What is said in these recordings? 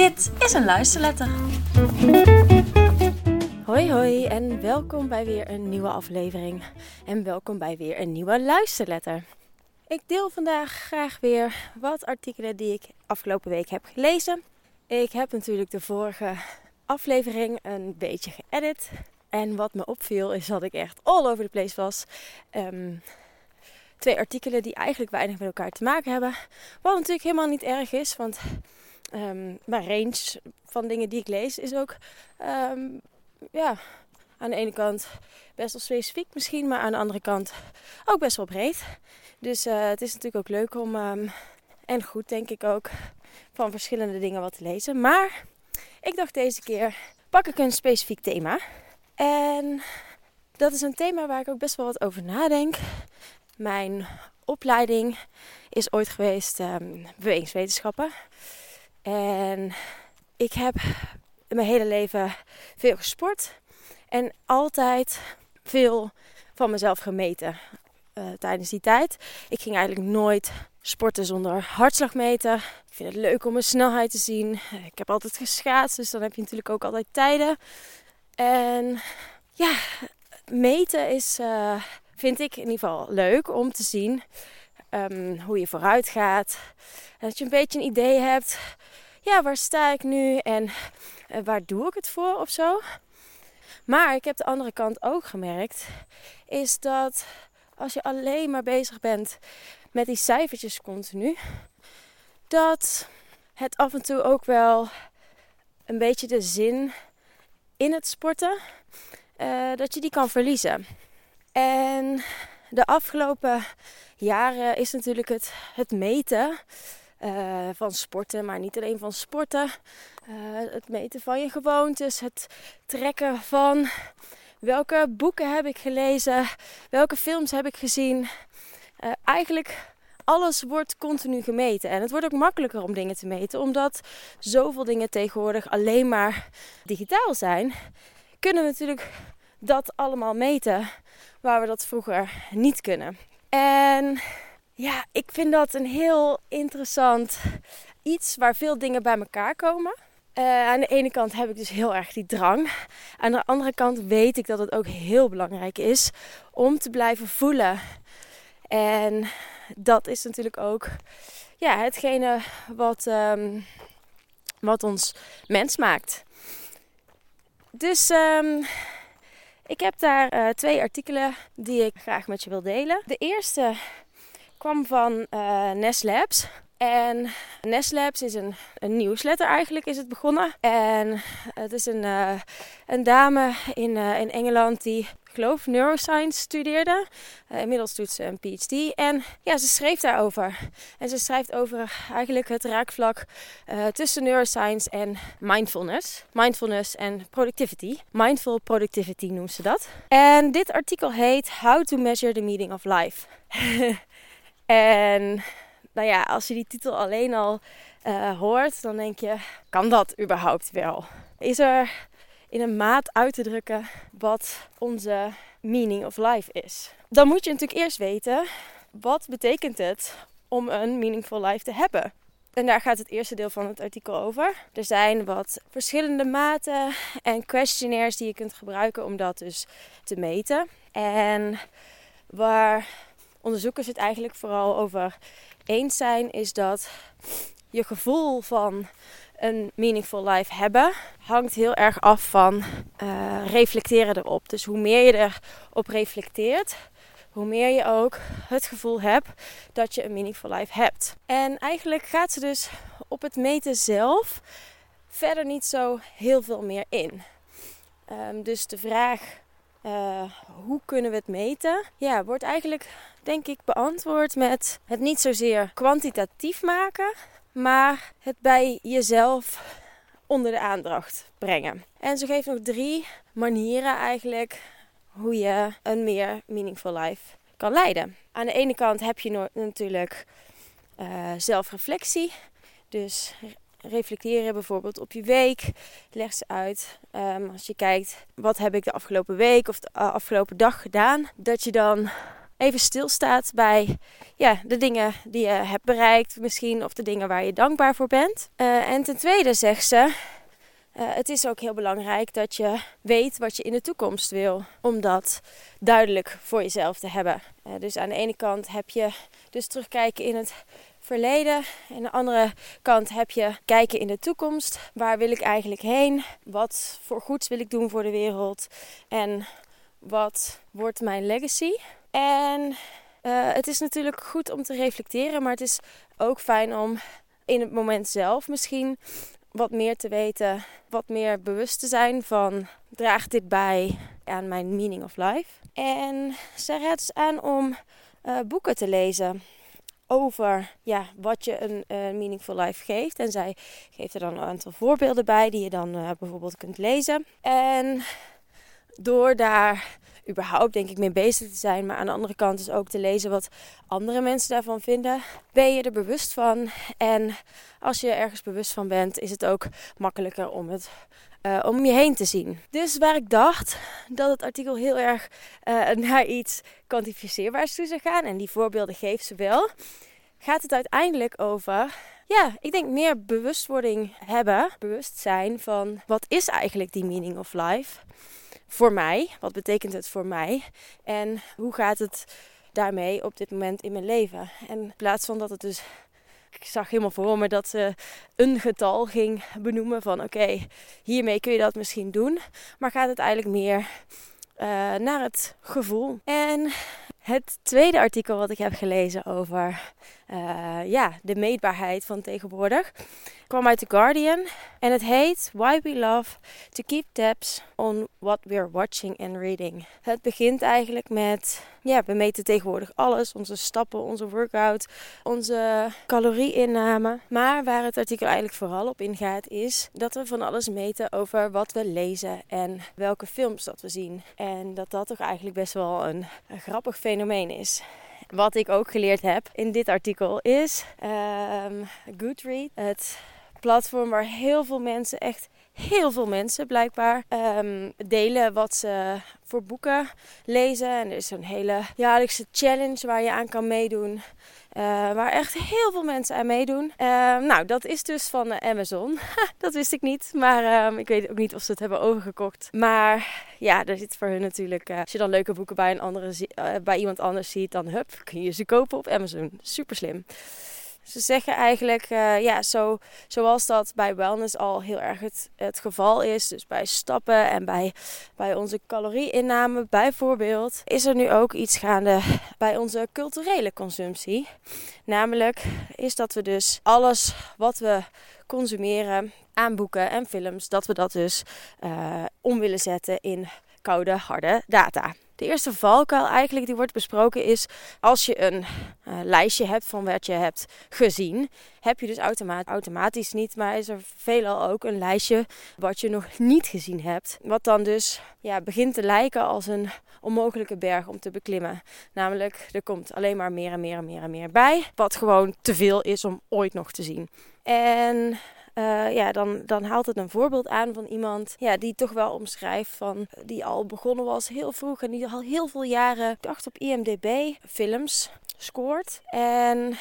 Dit is een luisterletter. Hoi hoi en welkom bij weer een nieuwe aflevering. En welkom bij weer een nieuwe luisterletter. Ik deel vandaag graag weer wat artikelen die ik afgelopen week heb gelezen. Ik heb natuurlijk de vorige aflevering een beetje geëdit. En wat me opviel is dat ik echt all over the place was. 2 artikelen die eigenlijk weinig met elkaar te maken hebben. Wat natuurlijk helemaal niet erg is, want mijn range van dingen die ik lees is ook aan de ene kant best wel specifiek misschien, maar aan de andere kant ook best wel breed. Dus het is natuurlijk ook leuk om, en goed denk ik ook, van verschillende dingen wat te lezen. Maar ik dacht deze keer pak ik een specifiek thema. En dat is een thema waar ik ook best wel wat over nadenk. Mijn opleiding is ooit geweest bewegingswetenschappen. En ik heb mijn hele leven veel gesport. En altijd veel van mezelf gemeten tijdens die tijd. Ik ging eigenlijk nooit sporten zonder hartslagmeter. Ik vind het leuk om mijn snelheid te zien. Ik heb altijd geschaatst, dus dan heb je natuurlijk ook altijd tijden. En ja, meten is, vind ik in ieder geval leuk om te zien hoe je vooruit gaat. En dat je een beetje een idee hebt, ja, waar sta ik nu en waar doe ik het voor of zo. Maar ik heb de andere kant ook gemerkt, is dat als je alleen maar bezig bent met die cijfertjes continu, dat het af en toe ook wel een beetje de zin in het sporten, dat je die kan verliezen. En de afgelopen jaren is natuurlijk het meten van sporten, maar niet alleen van sporten. Het meten van je gewoontes, het trekken van welke boeken heb ik gelezen, welke films heb ik gezien. Eigenlijk alles wordt continu gemeten. En het wordt ook makkelijker om dingen te meten, omdat zoveel dingen tegenwoordig alleen maar digitaal zijn. Kunnen we natuurlijk dat allemaal meten, waar we dat vroeger niet kunnen. En ja, ik vind dat een heel interessant iets waar veel dingen bij elkaar komen. Aan de ene kant heb ik dus heel erg die drang. Aan de andere kant weet ik dat het ook heel belangrijk is om te blijven voelen. En dat is natuurlijk ook hetgene wat ons mens maakt. Dus ik heb daar 2 artikelen die ik graag met je wil delen. De eerste kwam van Ness Labs. En Ness Labs is een nieuwsletter eigenlijk is het begonnen. En het is een dame in Engeland die, ik geloof, neuroscience studeerde. Inmiddels doet ze een PhD. En ja, ze schreef daarover. En ze schrijft over eigenlijk het raakvlak tussen neuroscience en mindfulness. Mindfulness en productivity. Mindful productivity noemt ze dat. En dit artikel heet How to Measure the Meaning of Life. En nou ja, als je die titel alleen al hoort, dan denk je, kan dat überhaupt wel? Is er in een maat uit te drukken wat onze meaning of life is? Dan moet je natuurlijk eerst weten, wat betekent het om een meaningful life te hebben? En daar gaat het eerste deel van het artikel over. Er zijn wat verschillende maten en questionnaires die je kunt gebruiken om dat dus te meten. En waar onderzoekers het eigenlijk vooral over eens zijn, is dat je gevoel van een meaningful life hebben hangt heel erg af van reflecteren erop. Dus hoe meer je erop reflecteert, hoe meer je ook het gevoel hebt dat je een meaningful life hebt. En eigenlijk gaat ze dus op het meten zelf verder niet zo heel veel meer in. Dus de vraag, hoe kunnen we het meten? Ja, wordt eigenlijk, denk ik, beantwoord met het niet zozeer kwantitatief maken, maar het bij jezelf onder de aandacht brengen. En ze geeft nog 3 manieren eigenlijk hoe je een meer meaningful life kan leiden. Aan de ene kant heb je natuurlijk zelfreflectie. Dus reflecteren bijvoorbeeld op je week. Leg ze uit. Als je kijkt, wat heb ik de afgelopen week of de afgelopen dag gedaan. Dat je dan even stilstaat bij de dingen die je hebt bereikt misschien. Of de dingen waar je dankbaar voor bent. En ten tweede zegt ze, het is ook heel belangrijk dat je weet wat je in de toekomst wil. Om dat duidelijk voor jezelf te hebben. Dus aan de ene kant heb je dus terugkijken in het verleden. En aan de andere kant heb je kijken in de toekomst. Waar wil ik eigenlijk heen? Wat voor goeds wil ik doen voor de wereld? En wat wordt mijn legacy? En het is natuurlijk goed om te reflecteren. Maar het is ook fijn om in het moment zelf misschien wat meer te weten. Wat meer bewust te zijn van, draagt dit bij aan mijn meaning of life? En zij raadt dus aan om boeken te lezen over wat je een meaningful life geeft. En zij geeft er dan een aantal voorbeelden bij die je dan bijvoorbeeld kunt lezen. En door daar überhaupt denk ik mee bezig te zijn, maar aan de andere kant dus ook te lezen wat andere mensen daarvan vinden, ben je er bewust van. En als je ergens bewust van bent, is het ook makkelijker om het om je heen te zien. Dus waar ik dacht dat het artikel heel erg naar iets kwantificeerbaars toe zou gaan, en die voorbeelden geeft ze wel, gaat het uiteindelijk over, ik denk meer bewustwording hebben, bewust zijn van wat is eigenlijk die meaning of life voor mij, wat betekent het voor mij en hoe gaat het daarmee op dit moment in mijn leven. En in plaats van dat het dus, ik zag helemaal voor me dat ze een getal ging benoemen van oké, hiermee kun je dat misschien doen. Maar gaat het eigenlijk meer naar het gevoel. En het tweede artikel wat ik heb gelezen over de meetbaarheid van tegenwoordig kwam uit The Guardian. En het heet Why We Love to Keep Tabs on What We're Watching and Reading. Het begint eigenlijk met, we meten tegenwoordig alles. Onze stappen, onze workout, onze calorie-inname. Maar waar het artikel eigenlijk vooral op ingaat is dat we van alles meten over wat we lezen en welke films dat we zien. En dat toch eigenlijk best wel een grappig fenomeen is. Wat ik ook geleerd heb in dit artikel is Goodreads. Het platform waar heel veel mensen blijkbaar delen wat ze voor boeken lezen. En er is een hele jaarlijkse challenge waar je aan kan meedoen. Waar echt heel veel mensen aan meedoen. Dat is dus van Amazon. Dat wist ik niet. Maar ik weet ook niet of ze het hebben overgekocht. Maar daar zit voor hun natuurlijk, als je dan leuke boeken bij iemand anders ziet, dan kun je ze kopen op Amazon. Super slim. Ze zeggen eigenlijk, zoals dat bij wellness al heel erg het geval is. Dus bij stappen en bij onze calorie-inname bijvoorbeeld. Is er nu ook iets gaande bij onze culturele consumptie. Namelijk is dat we dus alles wat we consumeren aan boeken en films, dat we dat dus om willen zetten in koude, harde data. De eerste valkuil eigenlijk die wordt besproken is, als je een lijstje hebt van wat je hebt gezien, heb je dus automatisch niet, maar is er veelal ook een lijstje wat je nog niet gezien hebt. Wat dan dus begint te lijken als een onmogelijke berg om te beklimmen. Namelijk, er komt alleen maar meer en meer en meer en meer bij, wat gewoon te veel is om ooit nog te zien. En dan haalt het een voorbeeld aan van iemand die toch wel omschrijft van die al begonnen was heel vroeg en die al heel veel jaren, ik dacht op IMDb, films scoort. En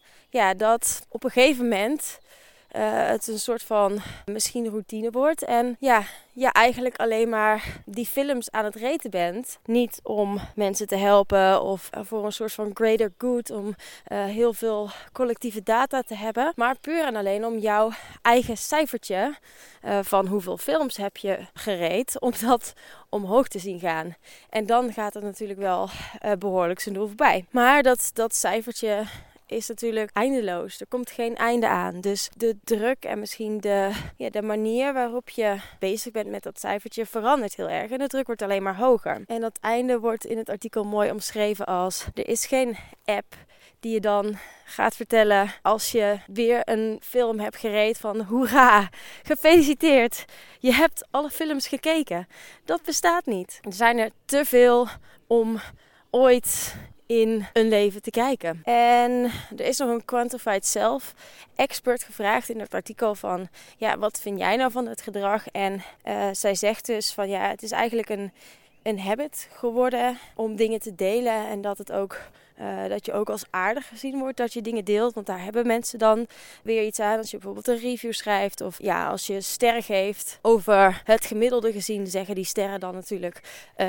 dat op een gegeven moment het een soort van misschien routine wordt. En je eigenlijk alleen maar die films aan het raten bent. Niet om mensen te helpen of voor een soort van greater good. Om heel veel collectieve data te hebben. Maar puur en alleen om jouw eigen cijfertje van hoeveel films heb je gereed. Om dat omhoog te zien gaan. En dan gaat het natuurlijk wel behoorlijk zijn doel voorbij. Maar dat cijfertje is natuurlijk eindeloos. Er komt geen einde aan. Dus de druk en misschien de manier waarop je bezig bent met dat cijfertje verandert heel erg. En de druk wordt alleen maar hoger. En dat einde wordt in het artikel mooi omschreven als: er is geen app die je dan gaat vertellen als je weer een film hebt gereed van hoera, gefeliciteerd. Je hebt alle films gekeken. Dat bestaat niet. Er zijn er te veel om ooit in een leven te kijken. En er is nog een Quantified Self expert gevraagd in het artikel van wat vind jij nou van het gedrag? En zij zegt dus van het is eigenlijk een habit geworden om dingen te delen. En dat het ook dat je ook als aardig gezien wordt dat je dingen deelt. Want daar hebben mensen dan weer iets aan. Als je bijvoorbeeld een review schrijft. Of ja, als je sterren geeft over het gemiddelde gezien. Zeggen die sterren dan natuurlijk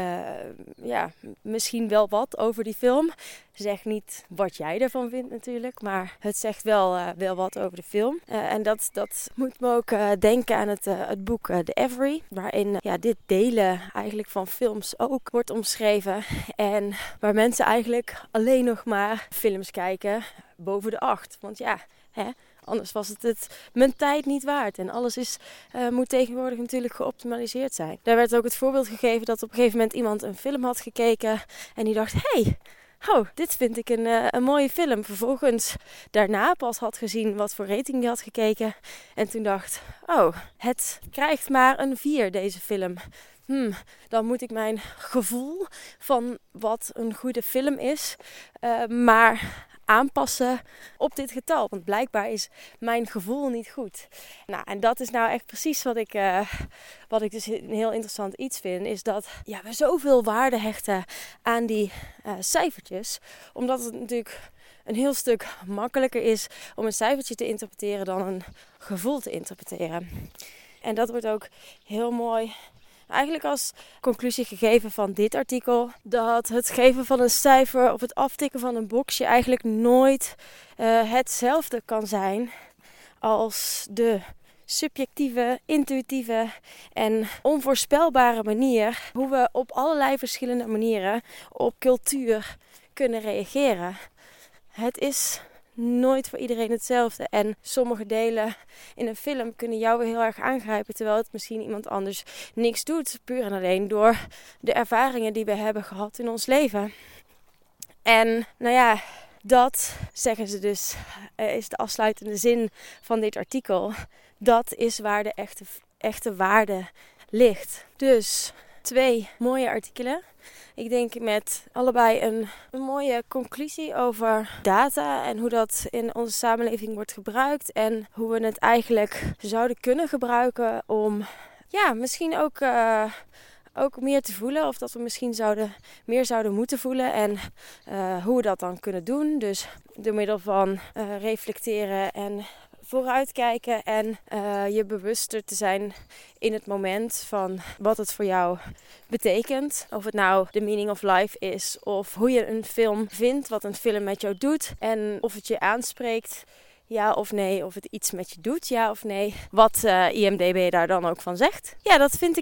misschien wel wat over die film. Zeg niet wat jij ervan vindt natuurlijk. Maar het zegt wel wat over de film. En dat moet me ook denken aan het boek The Every. Waarin dit delen eigenlijk van films ook wordt omschreven. En waar mensen eigenlijk alleen nog maar films kijken boven de 8. Want anders was het mijn tijd niet waard. En alles moet tegenwoordig natuurlijk geoptimaliseerd zijn. Daar werd ook het voorbeeld gegeven dat op een gegeven moment iemand een film had gekeken. En die dacht, dit vind ik een mooie film. Vervolgens daarna pas had gezien wat voor rating die had gekeken. En toen dacht, het krijgt maar een 4 deze film. Dan moet ik mijn gevoel van wat een goede film is, maar aanpassen op dit getal. Want blijkbaar is mijn gevoel niet goed. Nou, en dat is nou echt precies wat ik dus een heel interessant iets vind. Is dat we zoveel waarde hechten aan die cijfertjes. Omdat het natuurlijk een heel stuk makkelijker is om een cijfertje te interpreteren dan een gevoel te interpreteren. En dat wordt ook heel mooi eigenlijk als conclusie gegeven van dit artikel. Dat het geven van een cijfer of het aftikken van een boxje eigenlijk nooit hetzelfde kan zijn als de subjectieve, intuïtieve en onvoorspelbare manier hoe we op allerlei verschillende manieren op cultuur kunnen reageren. Het is nooit voor iedereen hetzelfde. En sommige delen in een film kunnen jou weer heel erg aangrijpen, terwijl het misschien iemand anders niks doet. Puur en alleen door de ervaringen die we hebben gehad in ons leven. En dat, zeggen ze dus, is de afsluitende zin van dit artikel. Dat is waar de echte waarde ligt. Dus 2 mooie artikelen. Ik denk met allebei een mooie conclusie over data en hoe dat in onze samenleving wordt gebruikt. En hoe we het eigenlijk zouden kunnen gebruiken om misschien ook meer te voelen. Of dat we misschien meer zouden moeten voelen. En hoe we dat dan kunnen doen. Dus door middel van reflecteren en vooruitkijken en je bewuster te zijn in het moment van wat het voor jou betekent. Of het nou the meaning of life is of hoe je een film vindt, wat een film met jou doet en of het je aanspreekt, ja of nee, of het iets met je doet, ja of nee. Wat IMDb daar dan ook van zegt. Ja, dat vind ik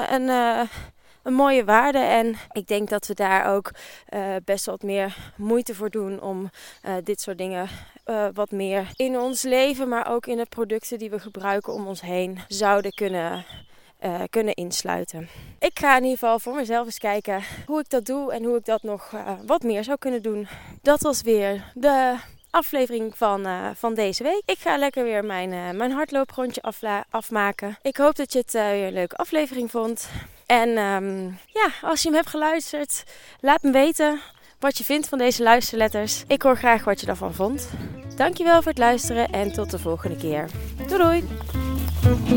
een mooie waarde en ik denk dat we daar ook best wat meer moeite voor doen om dit soort dingen wat meer in ons leven, maar ook in de producten die we gebruiken om ons heen zouden kunnen insluiten. Ik ga in ieder geval voor mezelf eens kijken hoe ik dat doe en hoe ik dat nog wat meer zou kunnen doen. Dat was weer de aflevering van deze week. Ik ga lekker weer mijn hardlooprondje afmaken. Ik hoop dat je het weer een leuke aflevering vond. En als je hem hebt geluisterd, laat me weten wat je vindt van deze luisterletters. Ik hoor graag wat je daarvan vond. Dankjewel voor het luisteren en tot de volgende keer. Doei doei!